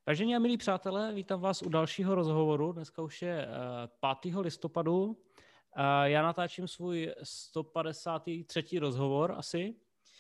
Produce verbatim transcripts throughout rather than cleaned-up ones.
Vážení a milí přátelé, vítám vás u dalšího rozhovoru. Dneska už je pátého listopadu. Já natáčím svůj sto padesátý třetí rozhovor asi.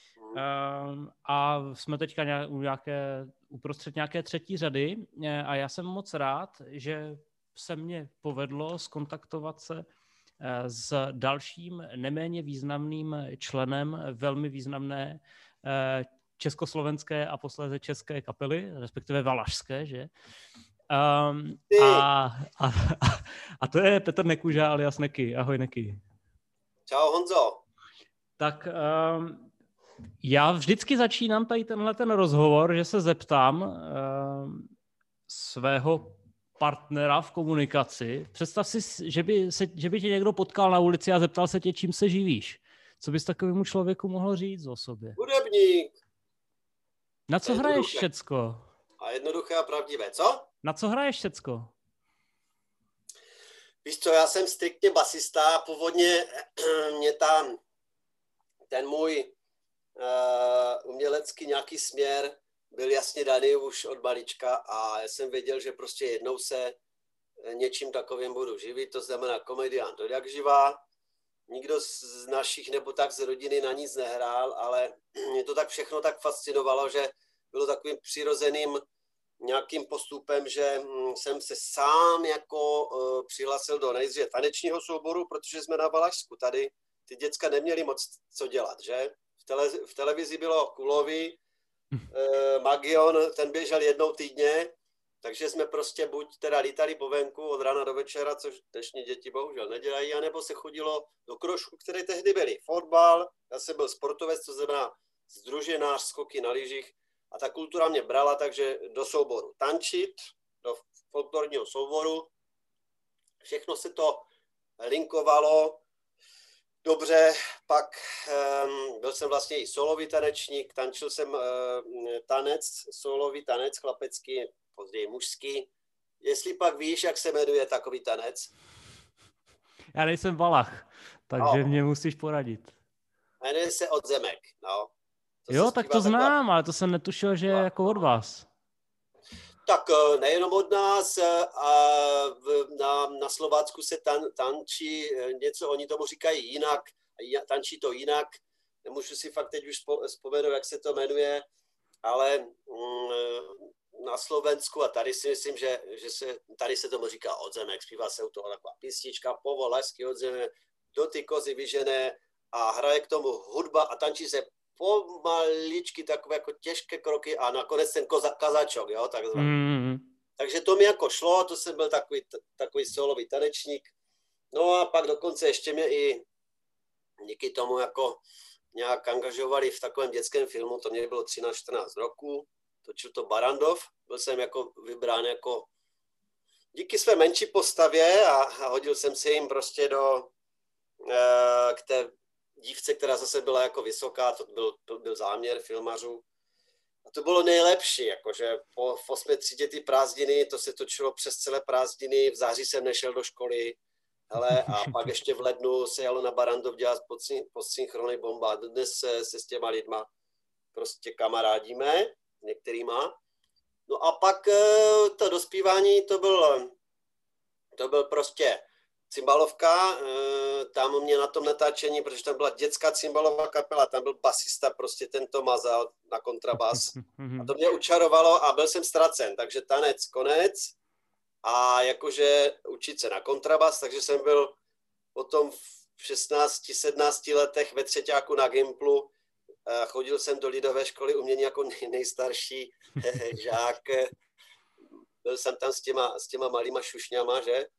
A jsme teďka u nějaké, uprostřed nějaké třetí řady. A já jsem moc rád, že se mně povedlo zkontaktovat se s dalším neméně významným členem velmi významné československé a posléze české kapely, respektive valašské, že? Um, a, a, a to je Petr Nekuža alias Neky. Ahoj, Neky. Čau, Honzo. Tak um, já vždycky začínám tady tenhle ten rozhovor, že se zeptám um, svého partnera v komunikaci. Představ si, že by, se, že by tě někdo potkal na ulici a zeptal se tě, čím se živíš. Co bys takovému člověku mohl říct o sobě? Hudebník. Na co hraješ všecko? A jednoduché a pravdivé, co? Na co hraješ všecko? Víš co, já jsem striktně basista, původně mě tam ten můj uh, umělecký nějaký směr byl jasně daný už od malička a já jsem věděl, že prostě jednou se něčím takovým budu živit, to znamená komediant od jak živá. Nikdo z našich nebo tak z rodiny na nic nehrál, ale mě to tak všechno tak fascinovalo, že bylo takovým přirozeným nějakým postupem, že jsem se sám jako uh, přihlásil do nejdříve tanečního souboru, protože jsme na Valašsku. Tady ty děcka neměli moc co dělat, že? V, tele, v televizi bylo Kulový, uh, Magion, ten běžel jednou týdně, takže jsme prostě buď teda lítali po venku od rána do večera, což dnešní děti bohužel nedělají, anebo se chodilo do krožků, které tehdy byly. Fotbal, já jsem byl sportovec, to znamená sdruženář, skoky na lyžích. A ta kultura mě brala, takže do souboru tančit, do folklorního souboru. Všechno se to linkovalo dobře. Pak um, byl jsem vlastně i solový tanečník, tančil jsem uh, tanec, solový tanec, chlapecký, později mužský. Jestli pak víš, jak se jmenuje takový tanec? Já nejsem Valach, takže no. Mě musíš poradit. Jmenuje se Odzemek, no. To jo, tak to znám, taková... ale to jsem netušil, že je jako od vás. Tak nejenom od nás, a na, na Slovácku se tan, tančí něco, oni tomu říkají jinak, tančí to jinak. Nemůžu si fakt teď už vzpomenout, jak se to jmenuje, ale mm, na Slovensku a tady si myslím, že, že se, tady se tomu říká Odzemek, zpívá se u toho taková písnička, povolašský Odzemek, do ty kozy vyžené a hraje k tomu hudba a tančí se pomaličky, takové jako těžké kroky a nakonec ten koza, kazačok, jo, takzvaný. Mm. Takže to mi jako šlo, to jsem byl takový, takový solový tanečník. No a pak dokonce ještě mě i díky tomu jako nějak angažovali v takovém dětském filmu, to mě bylo třináct čtrnáct roků, točil to Barandov, byl jsem jako vybrán jako díky své menší postavě a, a hodil jsem se jim prostě do e, k té dívce, která zase byla jako vysoká, to byl, to byl záměr filmařů. A to bylo nejlepší, jakože po v osmé třídě ty prázdniny, to se točilo přes celé prázdniny, v září jsem nešel do školy, hele, a pak ještě v lednu se jelo na Barandov dělat postsynchronní bomba. Dnes se, se s těma lidma prostě kamarádíme, některýma. No a pak to dospívání, to byl, to byl prostě cymbalovka, tam mě na tom natáčení, protože tam byla dětská cymbalová kapela, tam byl basista, prostě ten to mazal na kontrabas. A to mě učarovalo a byl jsem ztracen, takže tanec, konec. A jakože učit se na kontrabas, takže jsem byl potom v šestnácti sedmnácti letech ve třeťáku na Gimplu. Chodil jsem do lidové školy umění jako nej, nejstarší žák. Byl jsem tam s těma, s těma malýma šušňama, že?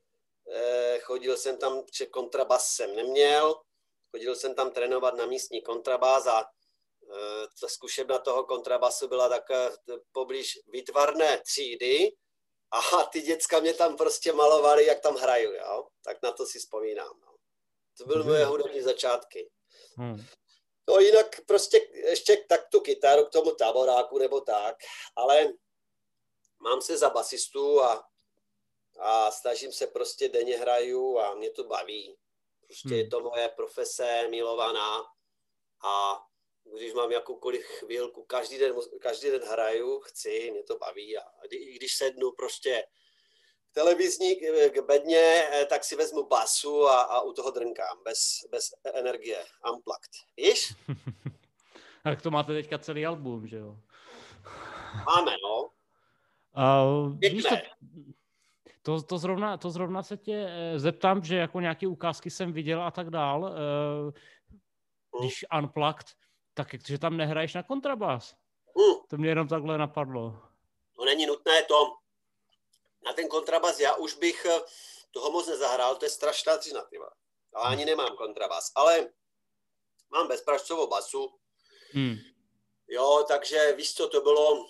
Chodil jsem tam, že kontrabas jsem neměl, chodil jsem tam trénovat na místní kontrabas a ta zkušebna toho kontrabasu byla tak poblíž výtvarné třídy a ty děcka mě tam prostě malovali, jak tam hraju, jo? Tak na to si vzpomínám. No. To byly moje hudební začátky. Hmm. No jinak prostě ještě tak tu kytaru k tomu táboráku nebo tak, ale mám se za basistu a a snažím se prostě denně hraju a mě to baví. Prostě hmm. je to moje profese milovaná a když mám jakoukoliv chvílku, každý den, každý den hraju, chci, mě to baví a i když sednu prostě televizní k bedně, tak si vezmu basu a, a u toho drnkám, bez, bez energie, unplugged. Víš? Tak to máte teďka celý album, že jo? Máme, no. Uh, víš to, to, to, zrovna, to zrovna se tě zeptám, že jako nějaké ukázky jsem viděl a tak dál. Uh, když unplugged, tak že tam nehraješ na kontrabas. Hmm. To mě jenom takhle napadlo. No není nutné to. Na ten kontrabas já už bych toho moc nezahrál, to je strašná dřina, tyva. A ani nemám kontrabas, ale mám bezpražcovou basu. Hmm. Jo, takže víš co, to bylo,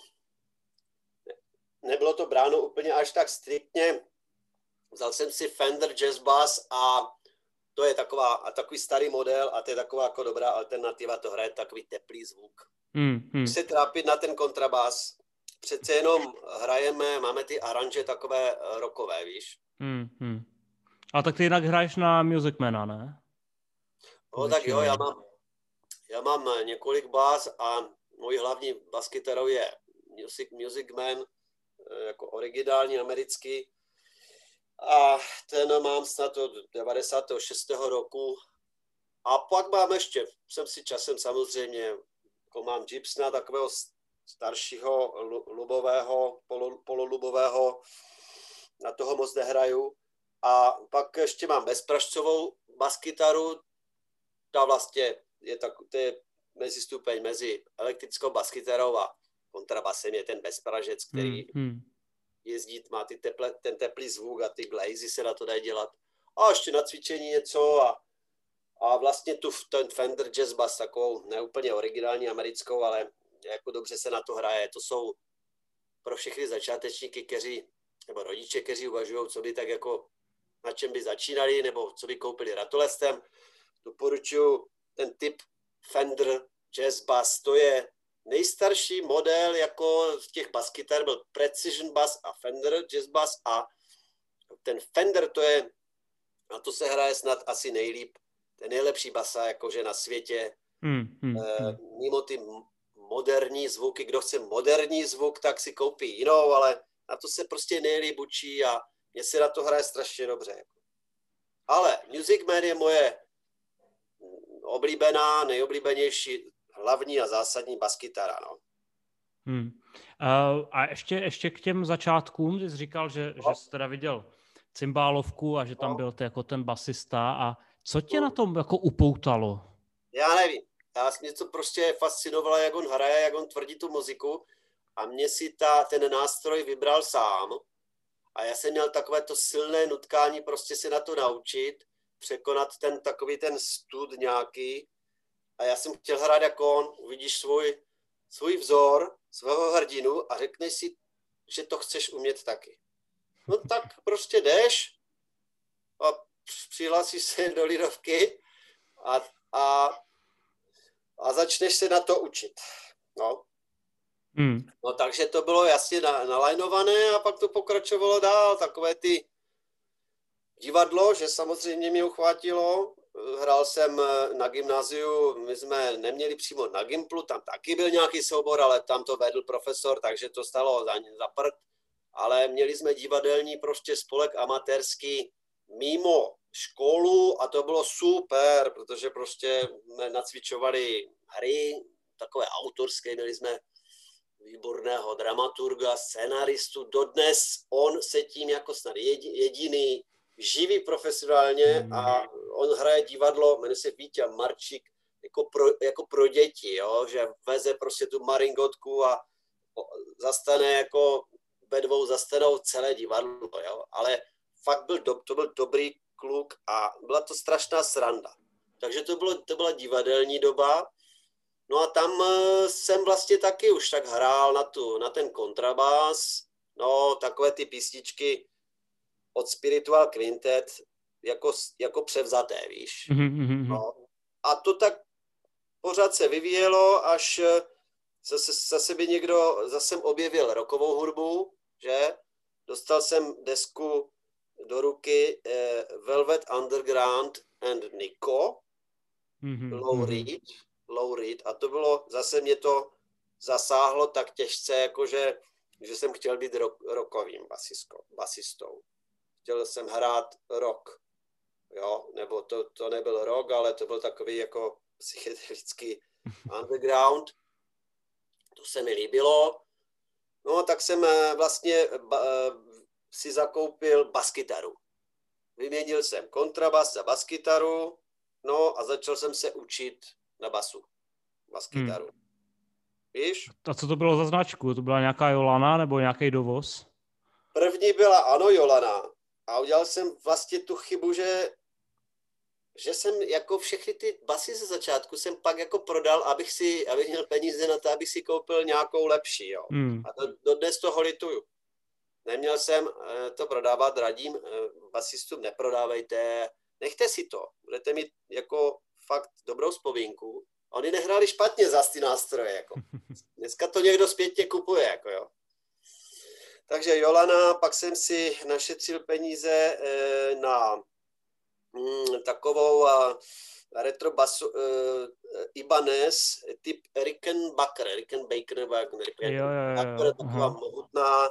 nebylo to bráno úplně až tak striktně. Vzal jsem si Fender Jazz Bass a to je taková, a takový starý model a to je taková jako dobrá alternativa, to hraje takový teplý zvuk. Hmm. Hmm. Se trápit na ten kontrabas, přece jenom hrajeme, máme ty aranže takové rockové, víš. Hmm. Hmm. A tak ty jinak hraješ na Music Mana, ne? No tak jo, já mám, já mám několik bás a mojí hlavní baskytarou je Music, Music Man, jako originální americký. A ten mám snad od devadesátého šestého roku. A pak mám ještě, jsem si časem samozřejmě, jako mám Gibsona, takového staršího lubového, polo, pololubového, na toho moc nehraju. A pak ještě mám bezpražcovou baskytaru, ta vlastně je, tak, to je mezistupeň mezi elektrickou baskytarou a kontrabasem je ten bezpražec, který hmm, hmm. jezdí, má ty teple, ten teplý zvuk a ty glazy se na to dají dělat. A ještě na cvičení něco a, a vlastně tu ten Fender Jazz Bass, takovou neúplně originální americkou, ale jako dobře se na to hraje. To jsou pro všechny začátečníky, kteří, nebo rodiče, kteří uvažují, co by tak jako, na čem by začínali, nebo co by koupili ratolestem. Doporučuji ten typ Fender Jazz Bass, to je nejstarší model jako z těch baskytar byl Precision Bass a Fender Jazz Bass a ten Fender to je, na to se hraje snad asi nejlíp, ten nejlepší basa jakože na světě, hmm, hmm, e, hmm. mimo ty moderní zvuky, kdo chce moderní zvuk, tak si koupí jinou, ale na to se prostě nejlíp učí a mně se na to hraje strašně dobře. Jako. Ale Music Man je moje oblíbená, nejoblíbenější hlavní a zásadní baskytara, no. Hmm. Uh, a ještě, ještě k těm začátkům, ty jsi říkal, že, no. že jsi teda viděl cymbálovku a že tam no. byl ty jako ten basista a co tě no. na tom jako upoutalo? Já nevím. Já mě to prostě fascinovalo, jak on hraje, jak on tvrdí tu muziku a mě si ta, ten nástroj vybral sám a já jsem měl takové to silné nutkání prostě se na to naučit, překonat ten takový ten stud nějaký a já jsem chtěl hrát jako on, uvidíš svůj, svůj vzor, svého hrdinu a řekneš si, že to chceš umět taky. No tak prostě jdeš a přihlásíš se do lidovky a, a, a začneš se na to učit. No. Hmm. No takže to bylo jasně nalajnované a pak to pokračovalo dál, takové ty divadlo, že samozřejmě mě uchvátilo. Hrál jsem na gymnáziu, my jsme neměli přímo na Gimplu, tam taky byl nějaký soubor, ale tam to vedl profesor, takže to stalo za, za prd. Ale měli jsme divadelní prostě spolek amatérský mimo školu a to bylo super, protože prostě jsme nacvičovali hry, takové autorské, měli jsme výborného dramaturga, scenaristu, dodnes on se tím jako snad jediný živí profesionálně a on hraje divadlo, jmenuje se Víťa Marčík, jako pro, jako pro děti, jo? Že veze prostě tu maringotku a zastane jako ve dvou zastanou celé divadlo, jo? Ale fakt byl, do, to byl dobrý kluk a byla to strašná sranda. Takže to, bylo, to byla divadelní doba. No a tam jsem vlastně taky už tak hrál na, tu, na ten kontrabás, no takové ty písničky od Spiritual Quintet, jako, jako převzaté, víš. Mm-hmm. No. A to tak pořád se vyvíjelo, až zase, zase by někdo, zase objevil rockovou hudbu, že? Dostal jsem desku do ruky eh, Velvet Underground and Nico, mm-hmm. Low Reed, Lou Reed a to bylo, zase mě to zasáhlo tak těžce, jakože, že jsem chtěl být rock, rockovým basistou. Chtěl jsem hrát rock, jo, nebo to, to nebyl rock, ale to byl takový jako psychedelický underground. To se mi líbilo. No, tak jsem vlastně ba, si zakoupil baskytaru. Vyměnil jsem kontrabas za baskytaru, no a začal jsem se učit na basu. Baskytaru. Hmm. Víš? A co to bylo za značku? To byla nějaká Jolana nebo nějaký dovoz? První byla ano Jolana. A udělal jsem vlastně tu chybu, že, že jsem jako všechny ty basy ze začátku jsem pak jako prodal, abych si, abych měl peníze na to, abych si koupil nějakou lepší, jo. Hmm. A do, dodnes toho lituju. Neměl jsem to prodávat, radím basistům, neprodávejte, nechte si to, budete mít jako fakt dobrou vzpomínku. A oni nehráli špatně za ty nástroje, jako. Dneska to někdo zpětně kupuje, jako jo. Takže Jolana, pak jsem si našetřil peníze na mm, takovou retro basu, Ibanez, typ Rickenbacker, Rickenbacker, nebo jak Rickenbacker, taková mohutná,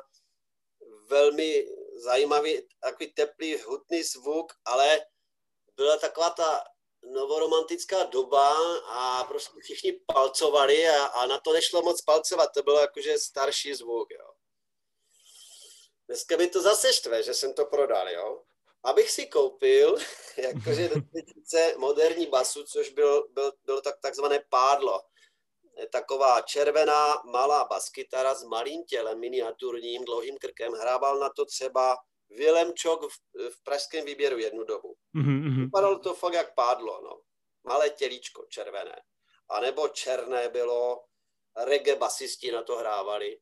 velmi zajímavý, takový teplý, hutný zvuk, ale byla taková ta novoromantická doba a prostě všichni palcovali a, a na to nešlo moc palcovat, to bylo jakože starší zvuk, jo. Dneska mi to zase štve, že jsem to prodal, jo. Abych si koupil, jakože do třetice moderní basu, což byl, byl, bylo tak, takzvané pádlo. Taková červená malá baskytara s malým tělem, miniaturním, dlouhým krkem. Hrával na to třeba Vilém Čok v, v pražském výběru jednu dobu. Mm-hmm. Vypadalo to fakt jak pádlo, no. Malé tělíčko červené. A nebo černé bylo, reggae basisti na to hrávali.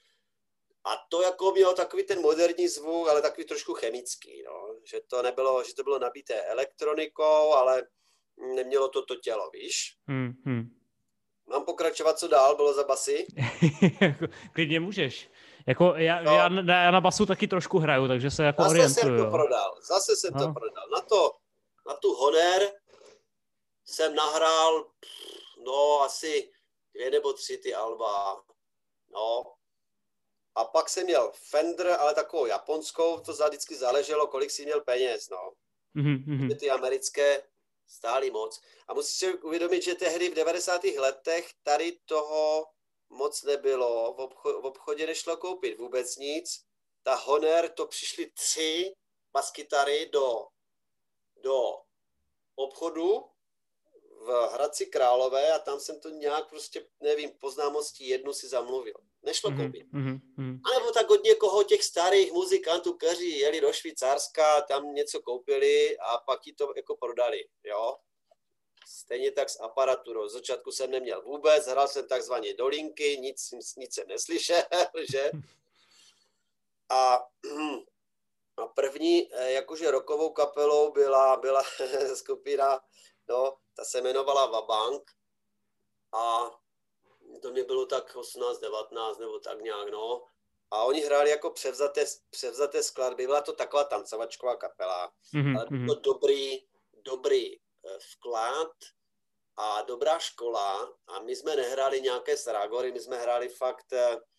A to jako mělo takový ten moderní zvuk, ale takový trošku chemický, no. Že to nebylo, že to bylo nabité elektronikou, ale nemělo to to tělo, víš? Mm-hmm. Mám pokračovat, co dál bylo za basy? Klidně můžeš. Jako já, no. já, já na basu taky trošku hraju, takže se jako Zase orientuju. Zase jsem to prodal, zase jsem no. to prodal. Na, to, na tu Honor jsem nahrál, no asi dvě nebo tři ty alba, no. A pak jsem měl Fender, ale takovou japonskou, to za vždycky záleželo, kolik si měl peněz, no. Mm-hmm. Ty americké stály moc. A musíš si uvědomit, že tehdy v devadesátých letech tady toho moc nebylo. V, obcho- v obchodě nešlo koupit vůbec nic. Ta Honor, to přišly tři baskytary do, do obchodu v Hradci Králové a tam jsem to nějak prostě, nevím, po známosti jednu si zamluvil. Nešlo mm-hmm, koupit. Mm-hmm. A nebo tak od někoho těch starých muzikantů, kteří jeli do Švýcarska, tam něco koupili a pak ji to jako prodali, jo. Stejně tak s aparaturou. Z začátku jsem neměl vůbec, hrál jsem takzvaně do linky, nic, nic jsem neslyšel, že? A, a první, jakože rockovou kapelou byla, byla skupina, no, ta se jmenovala Vabank a to mě bylo tak osmnáct, devatenáct nebo tak nějak, no. A oni hráli jako převzaté, převzaté skladby, byla to taková tancovačková kapela, mm-hmm. ale byl to dobrý, dobrý vklad a dobrá škola a my jsme nehráli nějaké srágory, my jsme hráli fakt,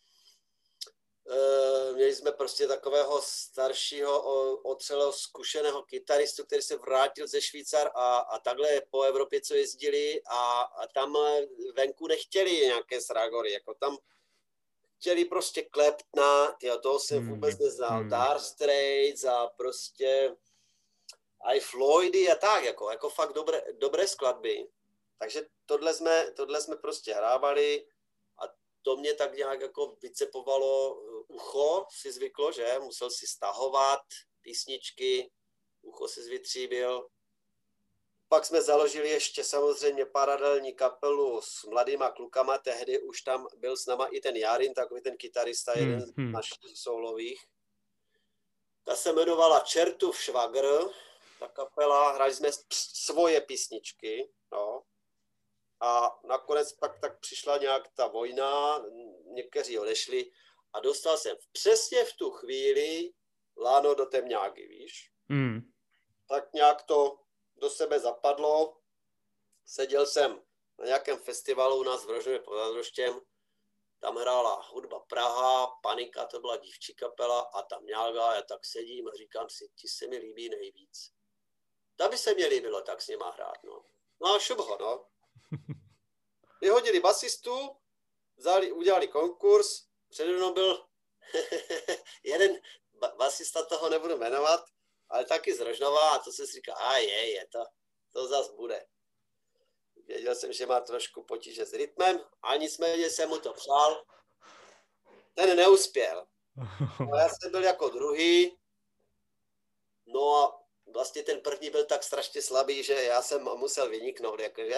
uh, měli jsme prostě takového staršího, otřelého, zkušeného kytaristu, který se vrátil ze Švýcar a, a takhle po Evropě, co jezdili a, a tam venku nechtěli nějaké srágory, jako tam chtěli prostě kleptna, tyjo, toho jsem vůbec neznal, hmm. Dire Straits a prostě i Floydy a tak, jako, jako fakt dobré, dobré skladby. Takže tohle jsme, tohle jsme prostě hrávali a to mě tak nějak jako vycepovalo ucho, si zvyklo, že? Musel si stahovat písničky, ucho si zvytříbil. Pak jsme založili ještě samozřejmě paralelní kapelu s mladýma klukama, tehdy už tam byl s náma i ten Jarin, takový ten kytarista, hmm, jeden z našich soulových. Ta se jmenovala Čertův švagr, ta kapela, hráli jsme svoje písničky, no. A nakonec pak tak přišla nějak ta vojna, někteří odešli a dostal jsem přesně v tu chvíli láno do temňáky, víš. Hmm. Tak nějak to do sebe zapadlo, seděl jsem na nějakém festivalu u nás v Rožnově pod Androštěm. Tam hrála hudba Praha, Panika, to byla dívčí kapela a tam nějaká, já tak sedím a říkám si, ti se mi líbí nejvíc. Ta by se mě líbilo tak s nima hrát, no. No a šup ho, no. Vyhodili basistu, vzali, udělali konkurs, přede mnou byl jeden basista, toho nebudu jmenovat, ale taky z Rožnova a to se si říká, a je, je to, to zas bude. Věděl jsem, že má trošku potíže s rytmem, a nicméně jsem mu to přál. Ten neuspěl. No, já jsem byl jako druhý, no a vlastně ten první byl tak strašně slabý, že já jsem musel vyniknout, jakože.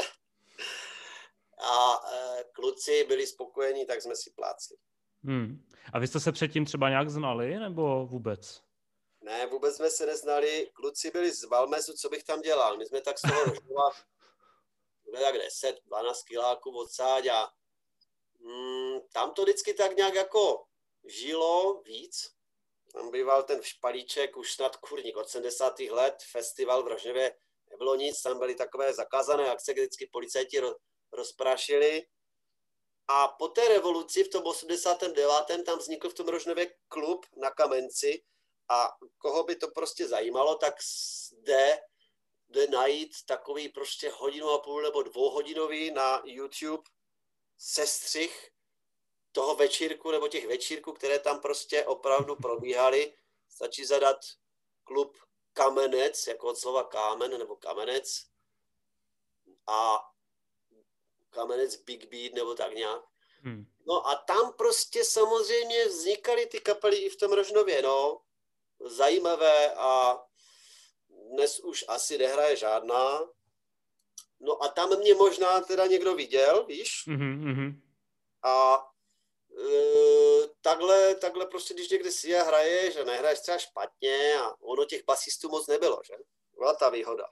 A e, kluci byli spokojení, tak jsme si plácli. Hmm. A vy jste se předtím třeba nějak znali, nebo vůbec? Ne, vůbec jsme se neznali. Kluci byli z Valmezu, co bych tam dělal. My jsme tak z toho Rožnova, byli tak deset, dvanáct kiláků odsáď a mm, tam to vždycky tak nějak jako žilo víc. Tam býval ten špalíček už snad kurník od sedmdesátých let, festival v Rožnově, nebylo nic, tam byly takové zakázané akce, kde vždycky policajti ro, rozprášili. A po té revoluci v tom osmdesátém devátém tam vznikl v tom Rožnově klub na Kamenci a koho by to prostě zajímalo, tak zde jde najít takový prostě hodinu a půl nebo dvouhodinový na YouTube sestřih toho večírku nebo těch večírků, které tam prostě opravdu probíhaly. Stačí zadat klub Kamenec, jako od slova kámen nebo kamenec a Kamenec Big Beat nebo tak nějak. Hmm. No a tam prostě samozřejmě vznikaly ty kapely i v tom Rožnově, no. Zajímavé a dnes už asi nehraje žádná. No a tam mě možná teda někdo viděl, víš? Mm-hmm. A e, takhle, takhle prostě, když někde si je hraje, že nehraješ třeba špatně a ono těch basistů moc nebylo, že? Byla ta výhoda.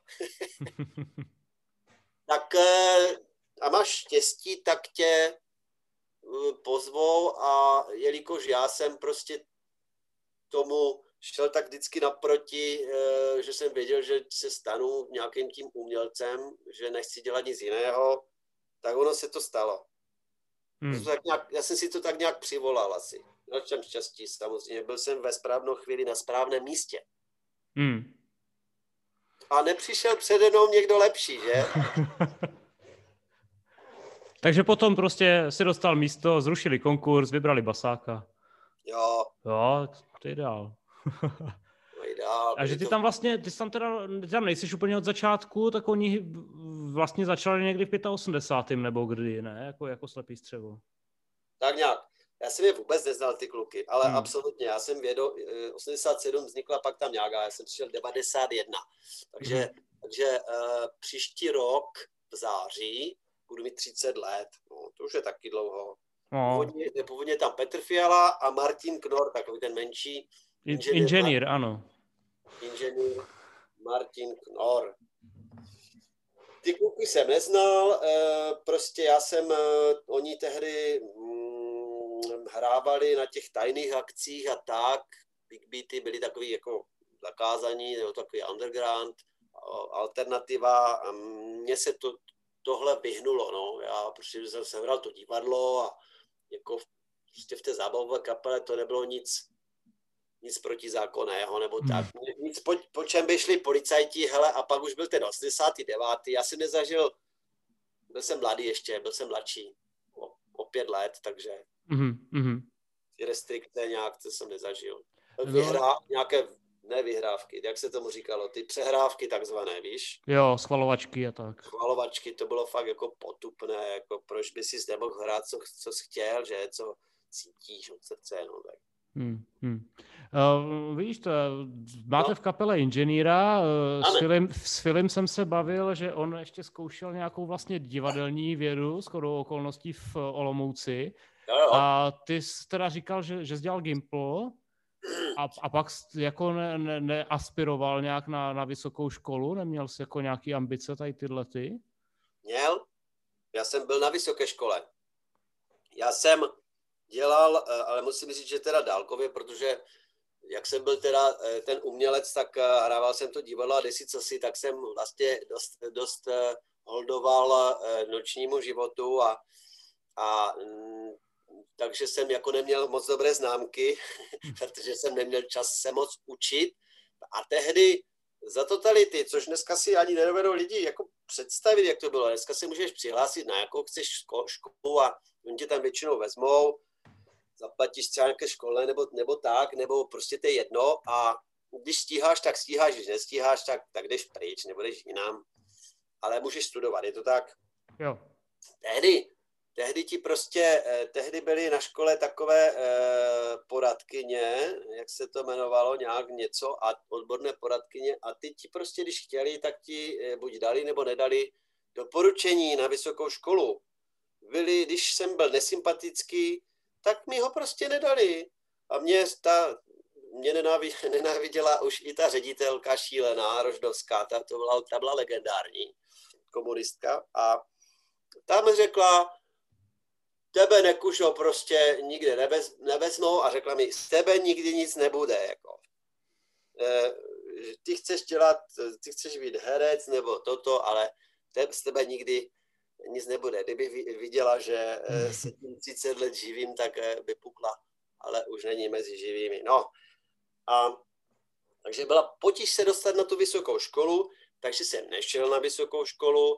Tak e, a máš štěstí, tak tě e, pozvou a jelikož já jsem prostě tomu šel tak vždycky naproti, že jsem věděl, že se stanu nějakým tím umělcem, že nechci dělat nic jiného, tak ono se to stalo. Hmm. Tak nějak, já jsem si to tak nějak přivolal asi. Měl jsem štěstí samozřejmě, byl jsem ve správnou chvíli na správném místě. Hmm. A nepřišel přede mnou někdo lepší, že? Takže potom prostě si dostal místo, zrušili konkurs, vybrali basáka. Jo. Jo, to je ideál. No ideál. A že ty to... tam vlastně, ty tam teda, ty tam nejsiš úplně od začátku, tak oni vlastně začali někdy v osmdesátém pátém nebo kdy, ne? Jako, jako Slepý střevo. Tak nějak. Já jsem je vůbec neznal, ty kluky, ale hmm. absolutně. Já jsem věděl, osmdesát sedm vznikla pak tam nějaká, já jsem přišel devadesát jedna. Takže, hmm. takže uh, příští rok v září budu mít třicet let. No, to už je taky dlouho. No. Původně, původně tam Petr Fiala a Martin Knor, takový ten menší. Inženýr, inženýr ano. Inženýr Martin Knor. Ty kluky jsem neznal, prostě já jsem, oni tehdy hm, hrávali na těch tajných akcích a tak. Big Beaty byly takový jako zakázaní, nebo takový underground, alternativa. A mně se to, tohle vyhnulo, no. Já prostě jsem se hrál to divadlo a jako prostě v té zábavové kapele to nebylo nic, nic protizákonného, nebo tak. Nic, po, po čem by šli policajti, hele, a pak už byl ten osmdesátý devátý Já jsem nezažil, byl jsem mladý ještě, byl jsem mladší, o, o pět let, takže mm-hmm. ty restrikce nějak, to jsem nezažil. Vyhrá, nějaké, ne vyhrávky, jak se tomu říkalo, ty přehrávky takzvané, víš? Jo, schvalovačky a tak. Schvalovačky, to bylo fakt jako potupné, jako proč by si nemohl hrát, co, co jsi chtěl, že, co cítíš od srdce, no tak. Hmm, hmm. Uh, vidíš to, máte no. v kapele inženýra, uh, s, Filim, s Filim jsem se bavil, že on ještě zkoušel nějakou vlastně divadelní vědu, shodou okolností v Olomouci. Jo, jo. A ty jsi teda říkal, že, že jsi dělal Gimpl a, a pak jako ne, ne, neaspiroval nějak na, na vysokou školu, neměl jsi jako nějaký ambice tady tyhle ty? Měl, já jsem byl na vysoké škole. Já jsem dělal, ale musím říct, že teda dálkově, protože jak jsem byl teda ten umělec, tak hrával jsem to divadlo a desicosi, tak jsem vlastně dost, dost holdoval nočnímu životu a, a takže jsem jako neměl moc dobré známky, protože jsem neměl čas se moc učit. A tehdy za totality, což dneska si ani nedovedou lidi jako představit, jak to bylo. Dneska se můžeš přihlásit na jakou chceš školu a oni tě tam většinou vezmou, zaplatíš třeba nějaké škole nebo, nebo tak, nebo prostě to je jedno a když stíháš, tak stíháš, když nestíháš, tak, tak jdeš pryč, nebo jdeš jinam. Ale můžeš studovat, je to tak? Jo. Tehdy, tehdy ti prostě, tehdy byly na škole takové eh, poradkyně, jak se to jmenovalo, nějak něco, a odborné poradkyně, a ty ti prostě, když chtěli, tak ti eh, buď dali, nebo nedali doporučení na vysokou školu. Byli, když jsem byl nesympatický, tak mi ho prostě nedali. A mě ta, mě nenáviděla už i ta ředitelka šílená, Roždovská, ta, to byla, ta byla legendární komunistka. A ta mi řekla, tebe nekušou prostě nikde nevez, nevezmou a řekla mi, z tebe nikdy nic nebude. Jako. E, ty chceš dělat, ty chceš být herec nebo toto, ale te, z tebe nikdy nic nebude. Kdyby viděla, že se tím třicet let živím, tak by pukla, ale už není mezi živými. No. A, takže byla potíž se dostat na tu vysokou školu, takže jsem nešel na vysokou školu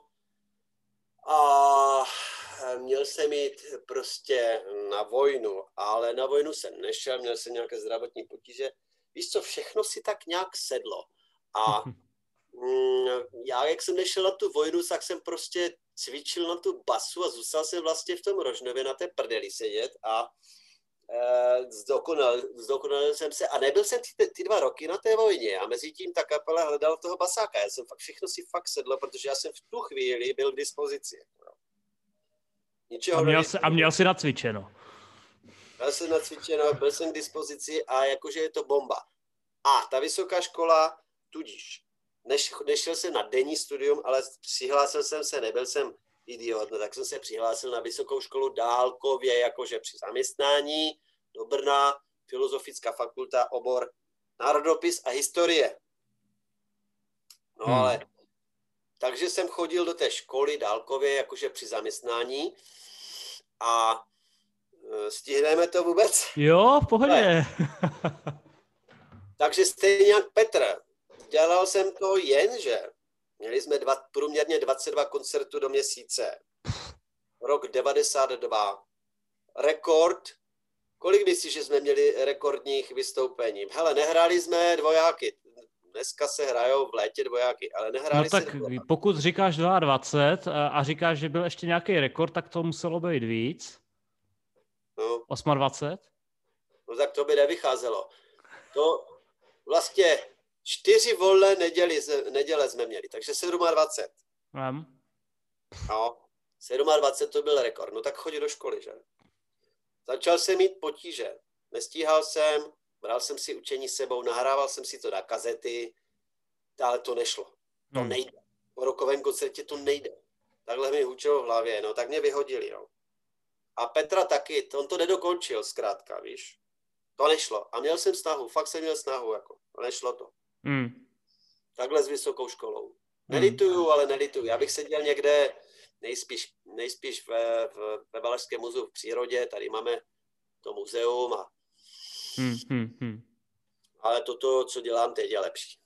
a měl jsem jít prostě na vojnu, ale na vojnu jsem nešel, měl jsem nějaké zdravotní potíže. Víš co, všechno si tak nějak sedlo. A mm, já, jak jsem nešel na tu vojnu, tak jsem prostě cvičil na tu basu a zůstal jsem vlastně v tom Rožnově na té prdeli sedět a e, zdokonal, zdokonalil jsem se a nebyl jsem ty, ty dva roky na té vojně a mezi tím ta kapela hledala toho basáka. Já jsem fakt, všechno si fakt sedlo, protože já jsem v tu chvíli byl k dispozici. Ničeho a, měl jsi, a měl jsi nacvičeno. Měl jsem nacvičeno, byl jsem k dispozici a jakože je to bomba. A ta vysoká škola, tudíž, než, nešel jsem na denní studium, ale přihlásil jsem se, nebyl jsem idiot, no, tak jsem se přihlásil na vysokou školu dálkově, jakože při zaměstnání do Brna, Filozofická fakulta, obor národopis a historie. No hmm. ale, takže jsem chodil do té školy dálkově, jakože při zaměstnání a stihneme to vůbec? Jo, v pohodě. Takže stejně jak Petr. Dělal jsem to jen, že měli jsme dva, průměrně dvacet dva koncertů do měsíce. Rok devadesát dva. Rekord. Kolik myslíš, že jsme měli rekordních vystoupení? Hele, nehráli jsme dvojáky. Dneska se hrajou v létě dvojáky, ale nehráli no tak se dvojáky. Pokud říkáš dvacet dva a říkáš, že byl ještě nějaký rekord, tak to muselo být víc. No. dvacet osm? No tak to by nevycházelo. To vlastně čtyři volné neděli, neděle jsme měli, takže dvacet sedm. Um. No, dvacet sedm to byl rekord. No tak chodí do školy, že? Začal jsem mít potíže. Nestíhal jsem, bral jsem si učení sebou, nahrával jsem si to na kazety, ale to nešlo. To hmm. nejde. Po rokovém koncertě to nejde. Takhle mi hučelo v hlavě, no tak mě vyhodili, no. A Petra taky, on to nedokončil zkrátka, víš. To nešlo. A měl jsem snahu, fakt jsem měl snahu, jako. To nešlo to. Hmm. Takhle s vysokou školou. Nelituju, hmm. ale nelituju. Já bych seděl někde nejspíš, nejspíš ve, ve, ve Valašském muzeu v přírodě, tady máme to muzeum a hmm, hmm, hmm. ale toto, co dělám teď, je lepší.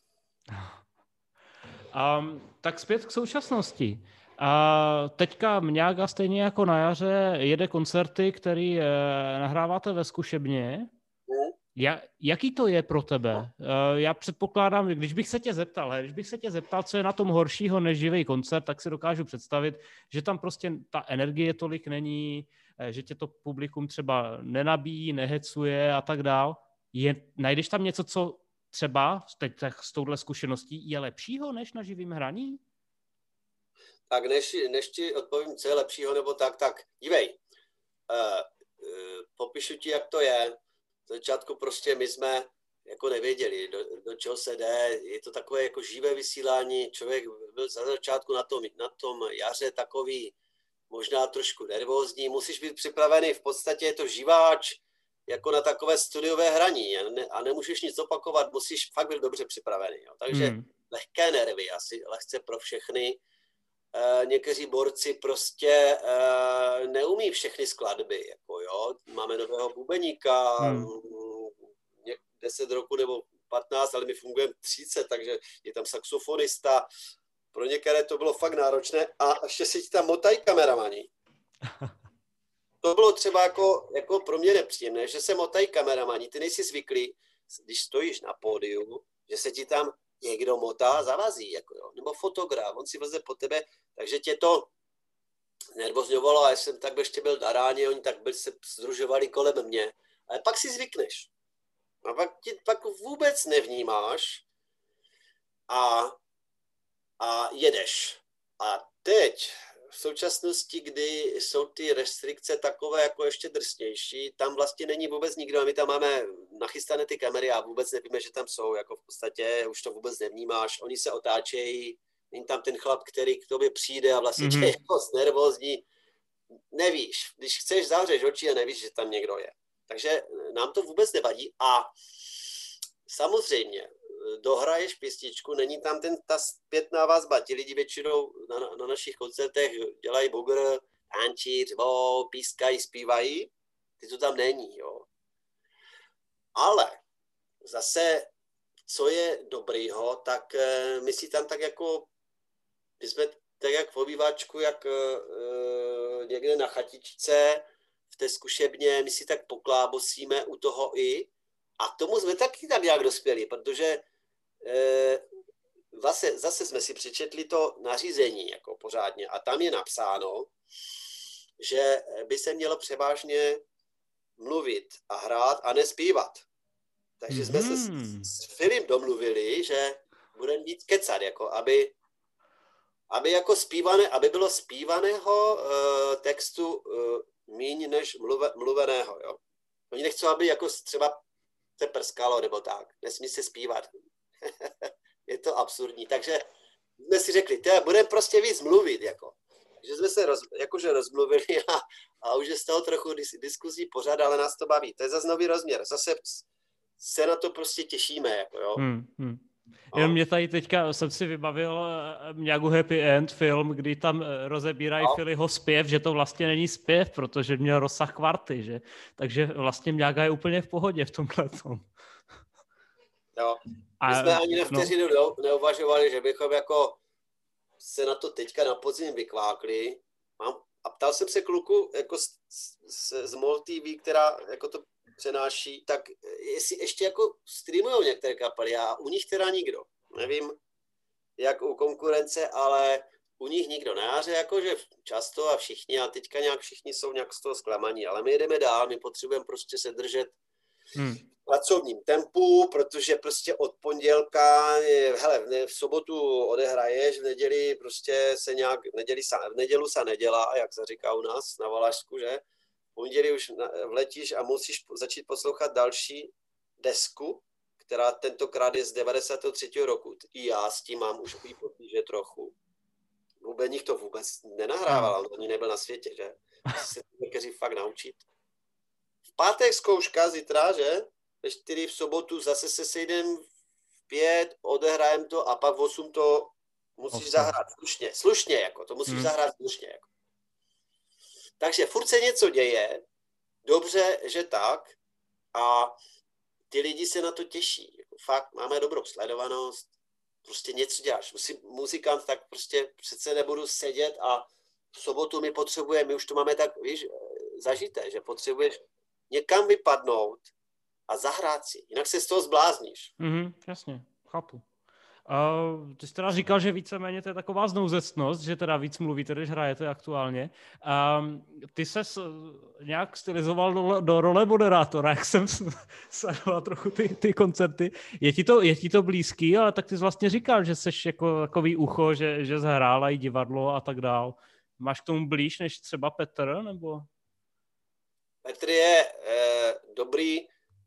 Um, tak zpět k současnosti. A teďka Mňága stejně jako na jaře jede koncerty, který eh, nahráváte ve zkušebně. Hmm. Ja, jaký to je pro tebe? Uh, já předpokládám, když bych se tě zeptal, he, když bych se tě zeptal, co je na tom horšího než živý koncert, tak si dokážu představit, že tam prostě ta energie tolik není, že tě to publikum třeba nenabíjí, nehecuje a tak dál. Je, najdeš tam něco, co třeba teď s touhle zkušeností je lepšího než na živým hraní? Tak než, než ti odpovím, co je lepšího nebo tak, tak dívej, uh, uh, popíšu ti, jak to je. V začátku prostě my jsme jako nevěděli, do, do čeho se jde. Je to takové jako živé vysílání. Člověk byl za začátku na tom, na tom jaře takový možná trošku nervózní. Musíš být připravený, v podstatě je to živáč jako na takové studiové hraní a, ne, a nemůžeš nic opakovat, musíš fakt být dobře připravený. Jo. Takže hmm. lehké nervy, asi lehce pro všechny. Uh, někteří borci prostě uh, neumí všechny skladby, jako jo. Máme nového bubeníka, hmm. deset roku nebo patnáct, ale my fungujeme třicet, takže je tam saxofonista. Pro některé to bylo fakt náročné a ještě si tam motají kameramani. To bylo třeba jako, jako pro mě nepříjemné, že se motají kameramani. Ty nejsi zvyklý, když stojíš na pódiu, že se ti tam někdo motá zavazí, jako jo. Nebo fotograf, on si vleze po tebe, takže tě to nervozňovalo a já jsem tak ještě byl na ráně, oni tak byl, se združovali kolem mě. Ale pak si zvykneš. A pak ti pak vůbec nevnímáš a, a jedeš. A teď, v současnosti, kdy jsou ty restrikce takové jako ještě drsnější, tam vlastně není vůbec nikdo a my tam máme nachystané ty kamery a vůbec nevíme, že tam jsou, jako v podstatě už to vůbec nevnímáš, oni se otáčejí, není tam ten chlap, který k tobě přijde a vlastně mm-hmm. je jako nervózní, nevíš, když chceš zavřeš oči a nevíš, že tam někdo je. Takže nám to vůbec nevadí a samozřejmě dohraješ písničku, není tam ten, ta zpětná vazba. Ti lidi většinou na, na našich koncertech dělají bugr, tančí, řvou, pískají, zpívají. Ty to tam není, jo. Ale zase, co je dobrýho, tak my si tam tak jako, my jsme tak jak v obýváčku, jak uh, někde na chatičce, v té zkušebně, my si tak poklábosíme u toho i a tomu jsme taky tak nějak dospěli, protože e, zase, zase jsme si přečetli to nařízení jako pořádně a tam je napsáno, že by se mělo převážně mluvit a hrát a nespívat. Takže jsme se s, s Filip domluvili, že budeme víc kecat, jako aby, aby, jako zpívané, aby bylo zpívaného e, textu e, míň než mluve, mluveného, jo. Oni nechcou, aby jako třeba se prskalo nebo tak. Nesmí se zpívat. Je to absurdní. Takže jsme si řekli, tě, budeme prostě víc mluvit, jako. Že jsme se roz, jakože rozmluvili a, a už je z toho trochu dis, diskuzí pořád, ale nás to baví. To je zase nový rozměr. Zase se na to prostě těšíme, jako jo. Hmm, hmm. Jenom mě tady teďka, jsem si vybavil Mňagu Happy End film, kdy tam rozebírají no. Filiho zpěv, že to vlastně není zpěv, protože měl rozsah kvarty, že? Takže vlastně Mňaga je úplně v pohodě v tomhle tom. Jo. My jsme ani na vteřinu no. neuvažovali, že bychom jako se na to teďka na podzim vykvákli. Mám, a ptal jsem se kluku jako z, z, z MOL T V, která jako to přenáší, tak jestli ještě jako streamujou některé kapely a u nich teda nikdo. Nevím, jak u konkurence, ale u nich nikdo. Na jaře jakože často a všichni a teďka nějak všichni jsou nějak z toho zklamaní, ale my jdeme dál, my potřebujeme prostě se držet hmm. v pracovním tempu, protože prostě od pondělka, hele, v sobotu odehraješ, v neděli prostě se nějak, v, neděli sa, v nedělu se nedělá, jak se říká u nás na Valašsku, že? V pondělí už vletíš a musíš začít poslouchat další desku, která tentokrát je z devadesátého třetího roku. I já s tím mám už potíže trochu. Bubeník to vůbec nenahrával, on ani nebyl na světě, že? Se někteří fakt naučit. V pátek zkouška zítra, že? Ve čtyři v sobotu zase se sejdem v pět, odehrajem to a pak v osm to musíš okay. zahrát slušně. Slušně, jako. To musíš hmm. zahrát slušně, jako. Takže furt se něco děje, dobře, že tak, a ty lidi se na to těší. Jako fakt, máme dobrou sledovanost, prostě něco děláš. Musí, muzikant, tak prostě přece nebudu sedět a v sobotu my potřebujeme, my už to máme tak, víš, zažité, že potřebuješ někam vypadnout a zahrát si, jinak se z toho zblázníš. Mhm, jasně, chápu. Uh, ty jsi teda říkal, že víceméně to je taková znouzectnost, že teda víc mluvíte, když hrajete aktuálně. Um, ty ses nějak stylizoval do, do role moderátora, jak jsem sledoval trochu ty, ty koncerty. Je ti, to, je ti to blízký, ale tak ty jsi vlastně říkal, že jsi jako takový ucho, že, že zhrál i divadlo a tak dál. Máš k tomu blíž než třeba Petr, nebo? Petr je eh, dobrý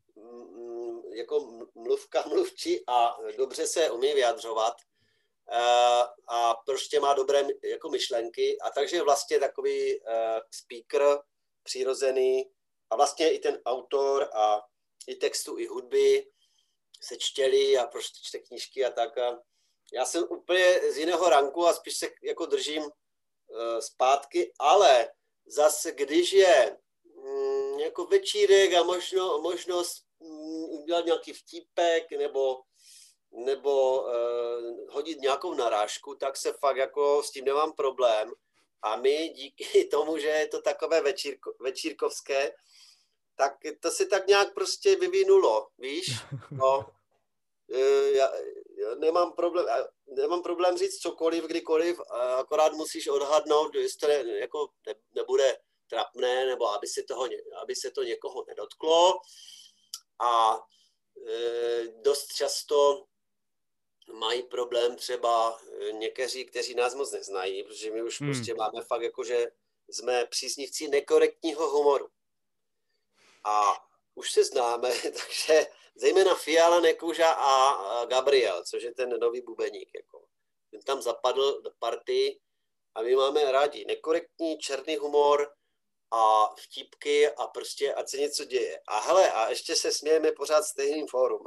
jako mluvka, mluvčí a dobře se umí vyjadřovat a prostě má dobré jako myšlenky a takže vlastně takový speaker přirozený a vlastně i ten autor a i textu, i hudby se čtěli a prostě čte knížky a tak a já jsem úplně z jiného ranku a spíš se jako držím uh, zpátky, ale zase, když je mm, jako večírek a možno, možnost mm, udělat nějaký vtípek nebo, nebo uh, hodit nějakou narážku, tak se fakt jako s tím nemám problém. A my díky tomu, že je to takové večírko, večírkovské, tak to se tak nějak prostě vyvinulo, víš? No, já, já nemám problém, nemám problém říct cokoliv, kdykoliv, akorát musíš odhadnout, jestli to ne, jako ne, nebude trapné, nebo aby se, toho, aby se to někoho nedotklo. A e, dost často mají problém třeba někteří, kteří nás moc neznají, protože my už hmm. prostě máme fakt jako, že jsme příznivci nekorektního humoru. A už se známe, takže zejména Fiala, Nekuža a Gabriel, což je ten nový bubeník. Jako. Ten tam zapadl do party a my máme rádi nekorektní černý humor a vtípky a prostě ať se něco děje. A hele, a ještě se smějeme pořád stejným fórum.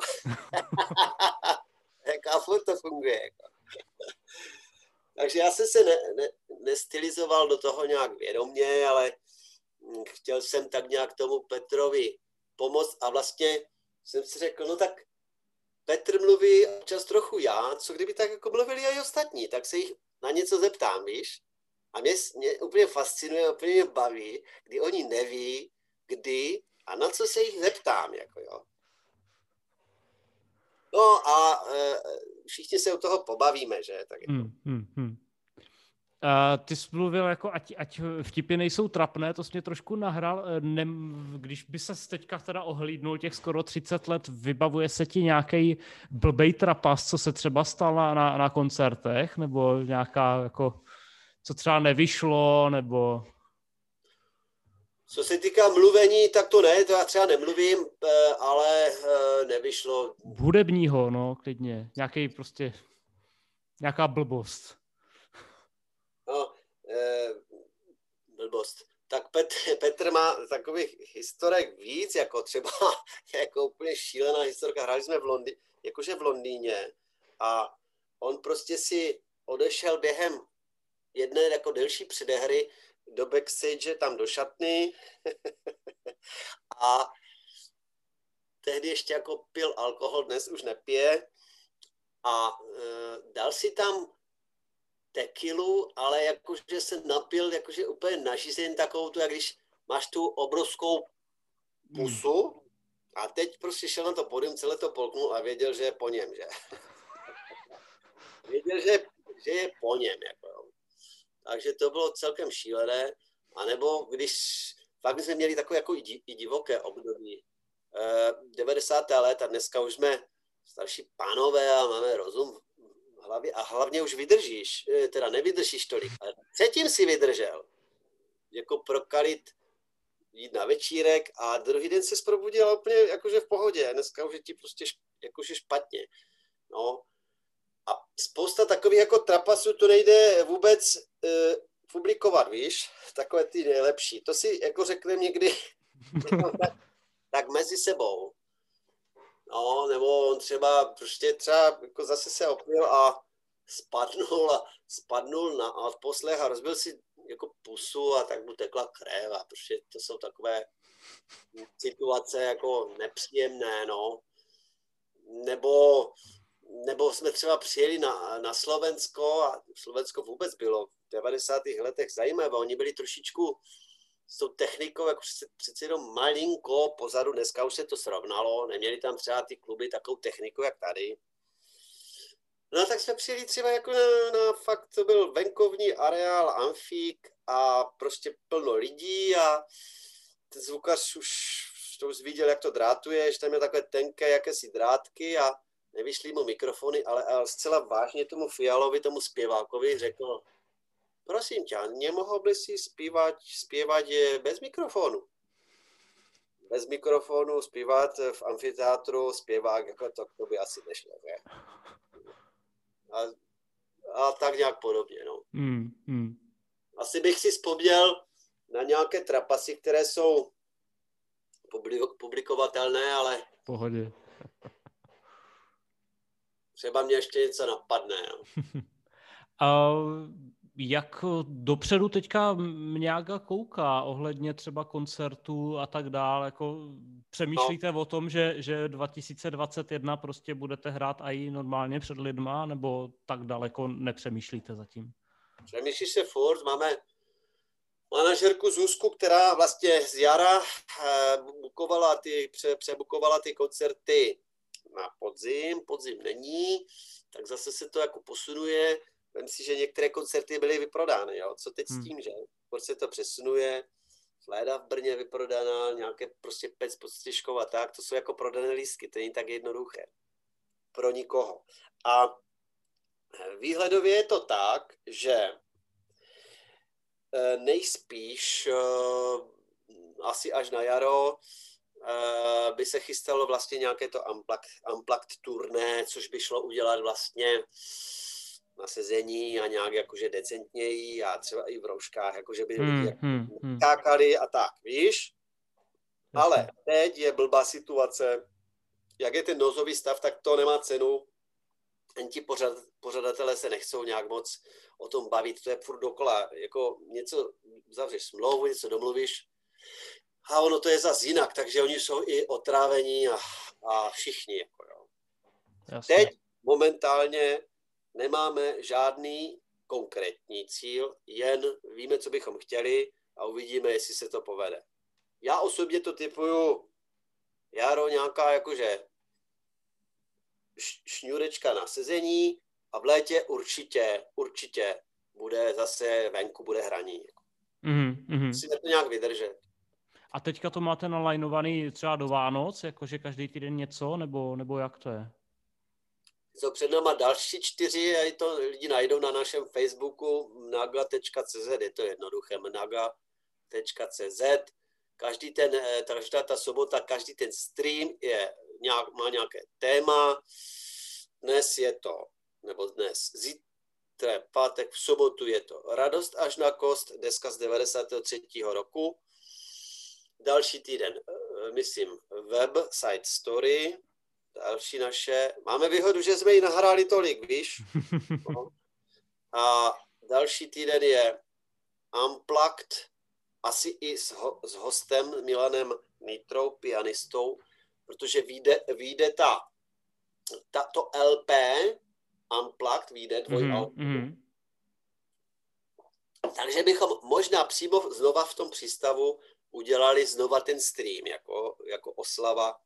A furt to funguje. Jako. Takže já jsem se ne, ne, nestylizoval do toho nějak vědomě, ale chtěl jsem tak nějak tomu Petrovi pomoct a vlastně jsem si řekl, no tak Petr mluví občas trochu já, co kdyby tak jako mluvili i ostatní, tak se jich na něco zeptám, víš? A mě, mě úplně fascinuje, úplně mě baví, kdy oni neví, kdy a na co se jich zeptám, jako jo. No a e, všichni se u toho pobavíme, že? Tak jako. hmm, hmm, hmm. Uh, ty jsi mluvil, jako ať, ať vtipy nejsou trapné, to jsi mě trošku nahrál. Ne, když by se teďka teda ohlídnul těch skoro třicet let, vybavuje se ti nějaký blbej trapas, co se třeba stal na, na, na koncertech, nebo nějaká, jako, co třeba nevyšlo, nebo... Co se týká mluvení, tak to ne, to já třeba nemluvím, ale nevyšlo. Hudebního, no, klidně. Nějaký prostě, nějaká blbost. No, eh, blbost. Tak Petr, Petr má takových historek víc, jako třeba jako úplně šílená historka. Hráli jsme v Londýně, jakože v Londýně a on prostě si odešel během jedné jako delší předehry do backstage, tam do šatny a tehdy ještě jako pil alkohol, dnes už nepije a eh, dal si tam tekilu, ale jakože se napil, jakože úplně nařízen takovou tu, jak když máš tu obrovskou pusu a teď prostě šel na to pódium, celé to polknul a věděl, že je po něm, že? věděl, že, že je po něm, jako jo. Takže to bylo celkem šílené, anebo když fakt jsme měli takové jako i divoké období. Eh, devadesátá let a dneska už jsme starší pánové a máme rozum hlavě a hlavně už vydržíš, teda nevydržíš tolik, ale předtím si vydržel, jako prokalit, jít na večírek a druhý den se probudil úplně jakože v pohodě, dneska už je ti prostě jakože špatně, no a spousta takových jako trapasů to nejde vůbec uh, publikovat, víš, takové ty nejlepší, to si jako řekneme někdy tak, tak mezi sebou. No, nebo on třeba prostě třeba jako zase se opil a spadnul a spadnul na odposlech a rozbil si jako pusu a tak mu tekla krev a prostě to jsou takové situace jako nepříjemné, no. Nebo, nebo jsme třeba přijeli na, na Slovensko a Slovensko vůbec bylo v devadesátých letech zajímavé, oni byli trošičku s tou technikou, jako přece jenom malinko pozadu, dneska už se to srovnalo, neměli tam třeba ty kluby takovou techniku, jak tady. No tak jsme přijeli třeba jako na, na fakt, to byl venkovní areál, amfík a prostě plno lidí a ten zvukař už, to už viděl, jak to drátuje, že tam je takové tenké jakési drátky a nevyšly mu mikrofony, ale, ale zcela vážně tomu Fialovi, tomu zpěvákovi řekl, prosím tě, nemohl by si zpívat, zpívat bez mikrofonu. Bez mikrofonu zpívat v amfiteátru, zpěvák, jako to, to by asi nešlo, ne? A, a tak nějak podobně, no. Mm, mm. Asi bych si vzpomněl na nějaké trapasy, které jsou publikovatelné, ale... Pohodě. Třeba mě ještě něco napadne. No. A jak dopředu teďka Mňága kouká ohledně třeba koncertů a tak dále? Jako přemýšlíte no. o tom, že, že dva tisíce dvacet jedna prostě budete hrát i normálně před lidma, nebo tak daleko nepřemýšlíte zatím? Přemýšlí se furt, máme manažerku Zuzku, která vlastně z jara bukovala ty, pře, přebukovala ty koncerty na podzim, podzim není, tak zase se to jako posunuje. Vem si, že některé koncerty byly vyprodány, jo? Co teď hmm. s tím, že? Proč se to přesunuje? Fléda v Brně vyprodaná, nějaké prostě Pec pod Stěžkou a tak, to jsou jako prodané lístky, to není tak jednoduché. Pro nikoho. A výhledově je to tak, že nejspíš asi až na jaro by se chystalo vlastně nějaké to unplugged, unplugged turné, což by šlo udělat vlastně na sezení a nějak jakože decentněji a třeba i v rouškách, jakože by hmm, lidi hmm, hmm. kákali a tak, víš? Ale teď je blbá situace, jak je ten nouzový stav, tak to nemá cenu. Jen ti pořad, pořadatelé se nechcou nějak moc o tom bavit, to je furt dokola, jako něco zavřeš smlouvu, něco domluvíš a ono to je zase jinak, takže oni jsou i otrávení a, a všichni. Jako jo. Teď momentálně nemáme žádný konkrétní cíl, jen víme, co bychom chtěli a uvidíme, jestli se to povede. Já osobně to typuju jaro nějaká jakože šňůrečka na sezení a v létě určitě, určitě bude zase venku, bude hraní. Mm-hmm. Musíme to nějak vydržet. A teďka to máte nalajnovaný třeba do Vánoc, jakože každý týden něco, nebo, nebo jak to je? Jsou před náma další čtyři, a to lidi najdou na našem Facebooku mnaga tečka cé zet, je to jednoduché, mnaga tečka cé zet. Každý ten, každá ta sobota, každý ten stream je, nějak, má nějaké téma. Dnes je to, nebo dnes, zítra je pátek, v sobotu je to Radost až na kost, deska z devadesátého třetího roku. Další týden, myslím, website story, další naše. Máme výhodu, že jsme ji nahráli tolik, víš? No. A další týden je Unplugged, asi i s, ho, s hostem Milanem Nitrou, pianistou, protože vyjde, vyjde ta, ta, to el pé Unplugged, vyjde dvojalbum. Mm-hmm. Takže bychom možná přímo znova v tom přístavu udělali znova ten stream, jako, jako oslava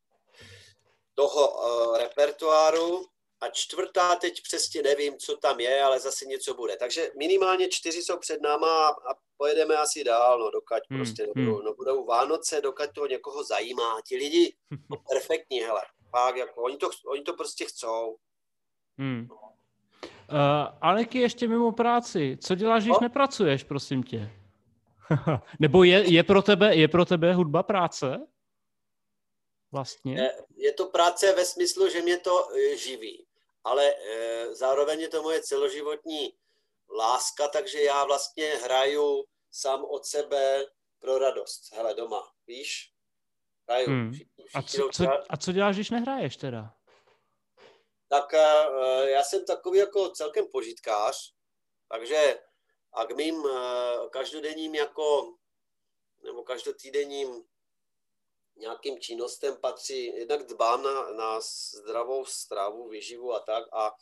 toho uh, repertoáru. A čtvrtá, teď přesně nevím, co tam je, ale zase něco bude. Takže minimálně čtyři jsou před náma a pojedeme asi dál, no, dokud hmm, prostě nebudou, hmm. no, budou Vánoce, dokud to někoho zajímá. Ti lidi, no, perfektní, hele, fakt, jako, oni to, oni to prostě chcou. Hmm. Uh, Aleky, ještě mimo práci, co děláš, když no? nepracuješ, prosím tě? Nebo je, je, pro tebe, je pro tebe hudba práce? Vlastně? Je, je to práce ve smyslu, že mě to e, živí, ale e, zároveň je to moje celoživotní láska, takže já vlastně hraju sám od sebe pro radost. Hele, doma, víš? Hraju. Hmm. Všichni, všichni a, co, co, a co děláš, když nehraješ teda? Tak e, já jsem takový jako celkem požitkář, takže a k mým e, každodenním jako, nebo každotýdenním nějakým činnostem patří, jednak dbám na, na zdravou stravu, výživu a tak a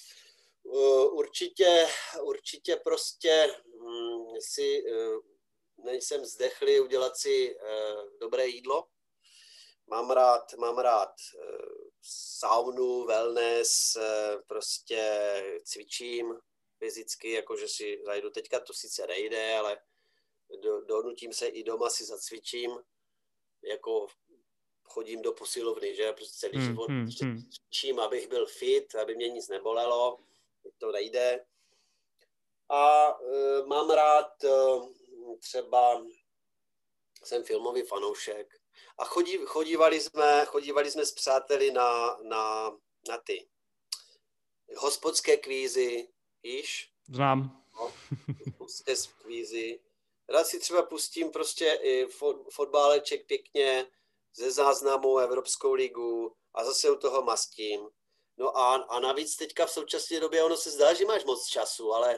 uh, určitě, určitě prostě um, si uh, nejsem zdechlý udělat si uh, dobré jídlo. Mám rád, mám rád uh, saunu, wellness, uh, prostě cvičím fyzicky, jakože si zajdu, teďka to sice nejde, ale do, donutím se i doma si zacvičím. Jako chodím do posilovny, že prostě celý hmm, život hmm, cvičím, abych byl fit, aby mě nic nebolelo, to nejde. A e, mám rád e, třeba, jsem filmový fanoušek a chodí, chodívali jsme, chodívali jsme s přáteli na, na, na ty hospodské kvízy, víš? Znám. No, hospodské kvízy. Rád si třeba pustím prostě i fotbáleček pěkně ze záznamu Evropskou ligu a zase u toho mastím. No a, a navíc teďka v současné době ono se zdá, že máš moc času, ale,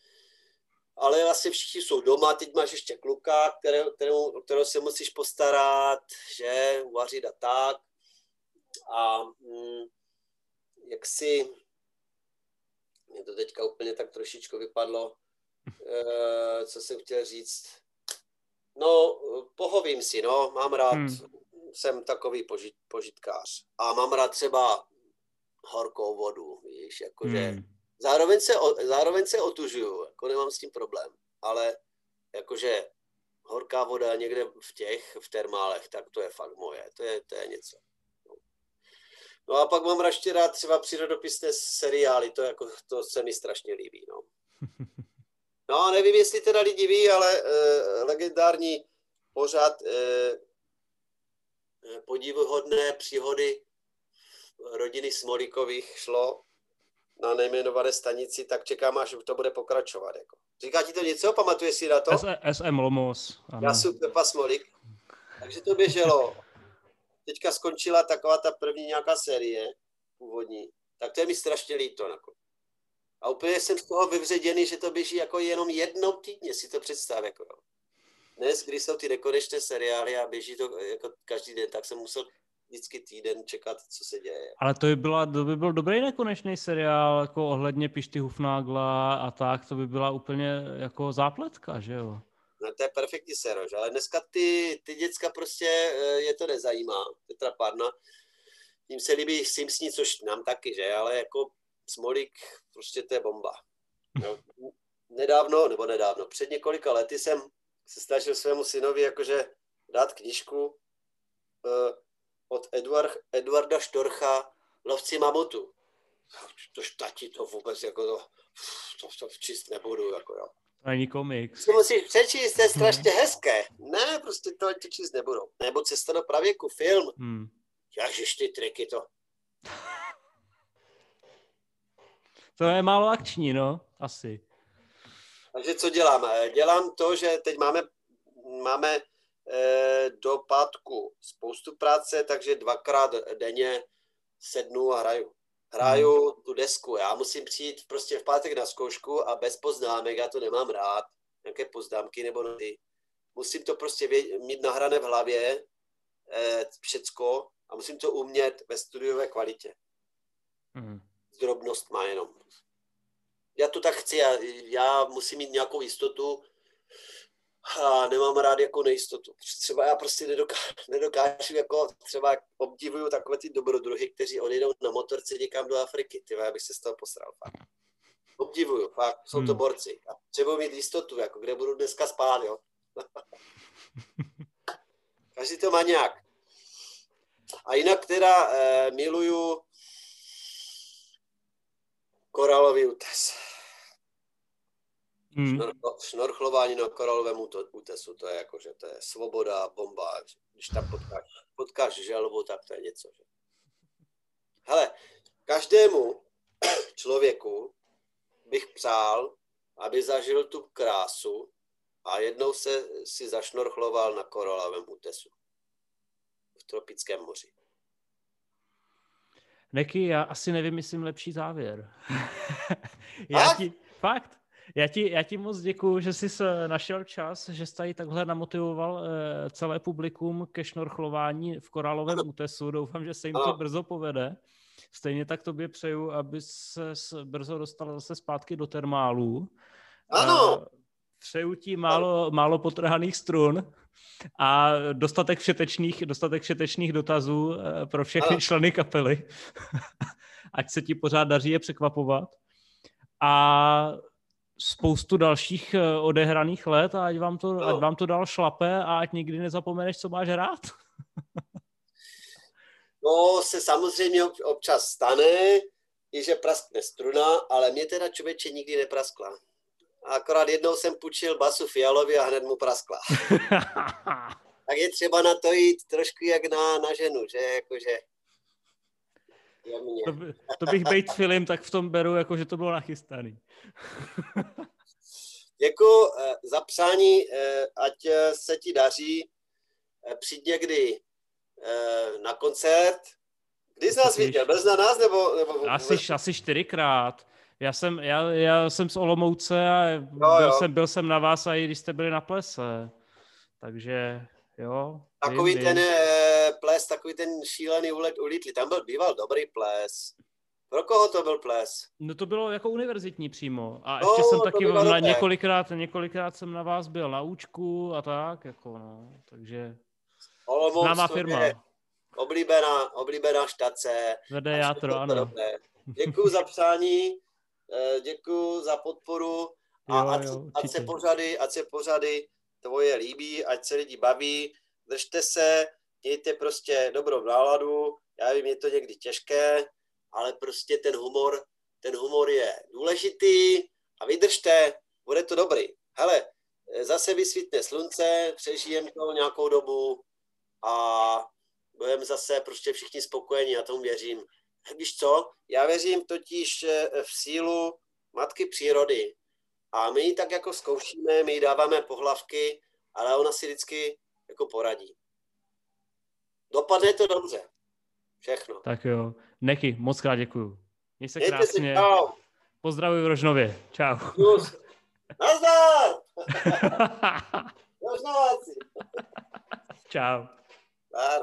ale vlastně všichni jsou doma, teď máš ještě kluka, které, kterou, kterou se musíš postarat, že uvařit a tak. A mm, jak si, mě to teďka úplně tak trošičku vypadlo, e, co jsem chtěl říct. No, pohovím si, no, mám rád, hmm. jsem takový požit, požitkář. A mám rád třeba horkou vodu, víš, jakože hmm. zároveň se, zároveň se otužuju, jako nemám s tím problém, ale jakože horká voda někde v těch, v termálech, tak to je fakt moje, to je, to je něco. No. no a pak mám ještě rád třeba přírodopisné seriály, to, jako, to se mi strašně líbí, no. No nevím, jestli teda lidi ví, ale eh, legendární pořad eh, podivuhodné příhody rodiny Smolíkových šlo na nejmenované stanici, tak čekám, až to bude pokračovat. Jako. Říká ti to něco? Pamatuješ si na to? S M Lomos. Ano. Já jsem Pepa Smolík. Takže to běželo. Teďka skončila taková ta první nějaká série původní. Tak to je mi strašně líto. Jako. A úplně jsem z toho vyvředěný, že to běží jako jenom jednou týdně, si to představ. Jako. Dnes, když jsou ty nekonečné seriály a běží to jako každý den, tak jsem musel vždycky týden čekat, co se děje. Ale to by, byla, to by byl dobrý nekonečný seriál, jako ohledně Pišty Hufnagla a tak, to by byla úplně jako zápletka, že jo? No to je perfektní serož, ale dneska ty, ty děcka prostě je to nezajímá, Petra Párna. Tím se líbí Simpsoni, což nám taky, že? Ale jako Smolík, prostě to je bomba. No, nedávno, nebo nedávno, před několika lety jsem se snažil svému synovi jakože dát knížku uh, od Eduard, Eduarda Štorcha Lovci mamutu. Tož tati to vůbec jako to, to, to číst nebudu, jako jo. Ani komiks. To musíš přečíst, to je strašně hezké. Ne, prostě to, to číst nebudu. Nebo Cesta do pravěku, film. Hmm. Jažiš ty triky to. To je málo akční, no, asi. Takže co dělám? Dělám to, že teď máme, máme eh, do pátku spoustu práce, takže dvakrát denně sednu a hraju. Hraju hmm. tu desku. Já musím přijít prostě v pátek na zkoušku a bez poznámek, já to nemám rád. Nějaké poznámky nebo noty. Musím to prostě vě- mít nahrané v hlavě eh, všecko a musím to umět ve studiové kvalitě. Hmm. S drobnostma jenom. Já to tak chci, já, já musím mít nějakou jistotu a nemám rád jako nejistotu. Třeba já prostě nedokážu, nedokážu jako třeba obdivuju takové ty dobrodruhy, kteří odjedou na motorce někam do Afriky. Tyva, já bych se z toho posral. Fakt. Obdivuju, fakt. Jsou to borci. A třeba mít jistotu, jako kde budu dneska spát, jo. Každý to má nějak. A jinak teda eh, miluju koralový útes. Hmm. Šnorchlo, šnorchlování na koralovém útesu, to je jako, že to je svoboda, bomba. Když tam potkáš, potkáš želvu, tak to je něco. Že? Hele, každému člověku bych přál, aby zažil tu krásu a jednou se si zašnorchloval na koralovém útesu v tropickém moři. Neky, já asi nevymyslím lepší závěr. já ti, fakt, já ti, já ti moc děkuju, že jsi našel čas, že jsi tady takhle namotivoval uh, celé publikum ke šnorchlování v korálovém ano. útesu. Doufám, že se jim ano. to brzo povede. Stejně tak tobě přeju, aby se brzo dostal zase zpátky do termálů. Ano. Uh, přeju ti málo, málo potrhaných strun a dostatek všetečných, dostatek všetečných dotazů pro všechny ano. členy kapely. Ať se ti pořád daří je překvapovat. A spoustu dalších odehraných let a ať vám to, ať vám to dál šlape a ať nikdy nezapomeneš, co máš rád. No, se samozřejmě občas stane, i že praskne struna, ale mě teda člověče nikdy nepraskla. A akorát jednou jsem půjčil basu Fialovi a hned mu praskla. Tak je třeba na to jít trošku jak na, na ženu, že jakože to, by, to bych bejt film, tak v tom beru, jako že to bylo nachystaný. Děkuji za přání, ať se ti daří. Přijď někdy na koncert, Kdy jsi nás viděl? Bez na nás nebo? nebo asi, bez... asi čtyřikrát. Já jsem, já, já jsem z Olomouce a jo, byl, jo. Jsem, byl jsem na vás a i když jste byli na plese. Takže jo. Takový vím, ten vím. ples, takový ten šílený ulet ulítli. Tam byl býval dobrý ples. Pro koho to byl ples? No to bylo jako univerzitní přímo. A no, ještě jsem taky na dobré. několikrát, několikrát jsem na vás byl na účku a tak, jako no. Takže Olomouc, známá firma. Je oblíbená, oblíbená štace. Vede játro, ano. Děkuju za přání, děkuju za podporu a jo, ať, jo, ať, se pořady, ať se pořady tvoje líbí, ať se lidi baví, držte se, mějte prostě dobrou náladu, já vím, je to někdy těžké, ale prostě ten humor, ten humor je důležitý a vydržte, bude to dobrý. Hele, zase vysvítne slunce, přežijeme to nějakou dobu a budeme zase prostě všichni spokojení, já tomu věřím. Víš co, já věřím totiž v sílu matky přírody a my ji tak jako zkoušíme, my jí dáváme pohlavky, ale ona si vždycky jako poradí. Dopadne to dobře. Všechno. Tak jo. Neky, moc krát děkuju. Měj se Mějte krásně. Se, čau. Pozdravuji v Rožnově. Čau. Just. Nazdar! Rožnováci. Čau. Zdar.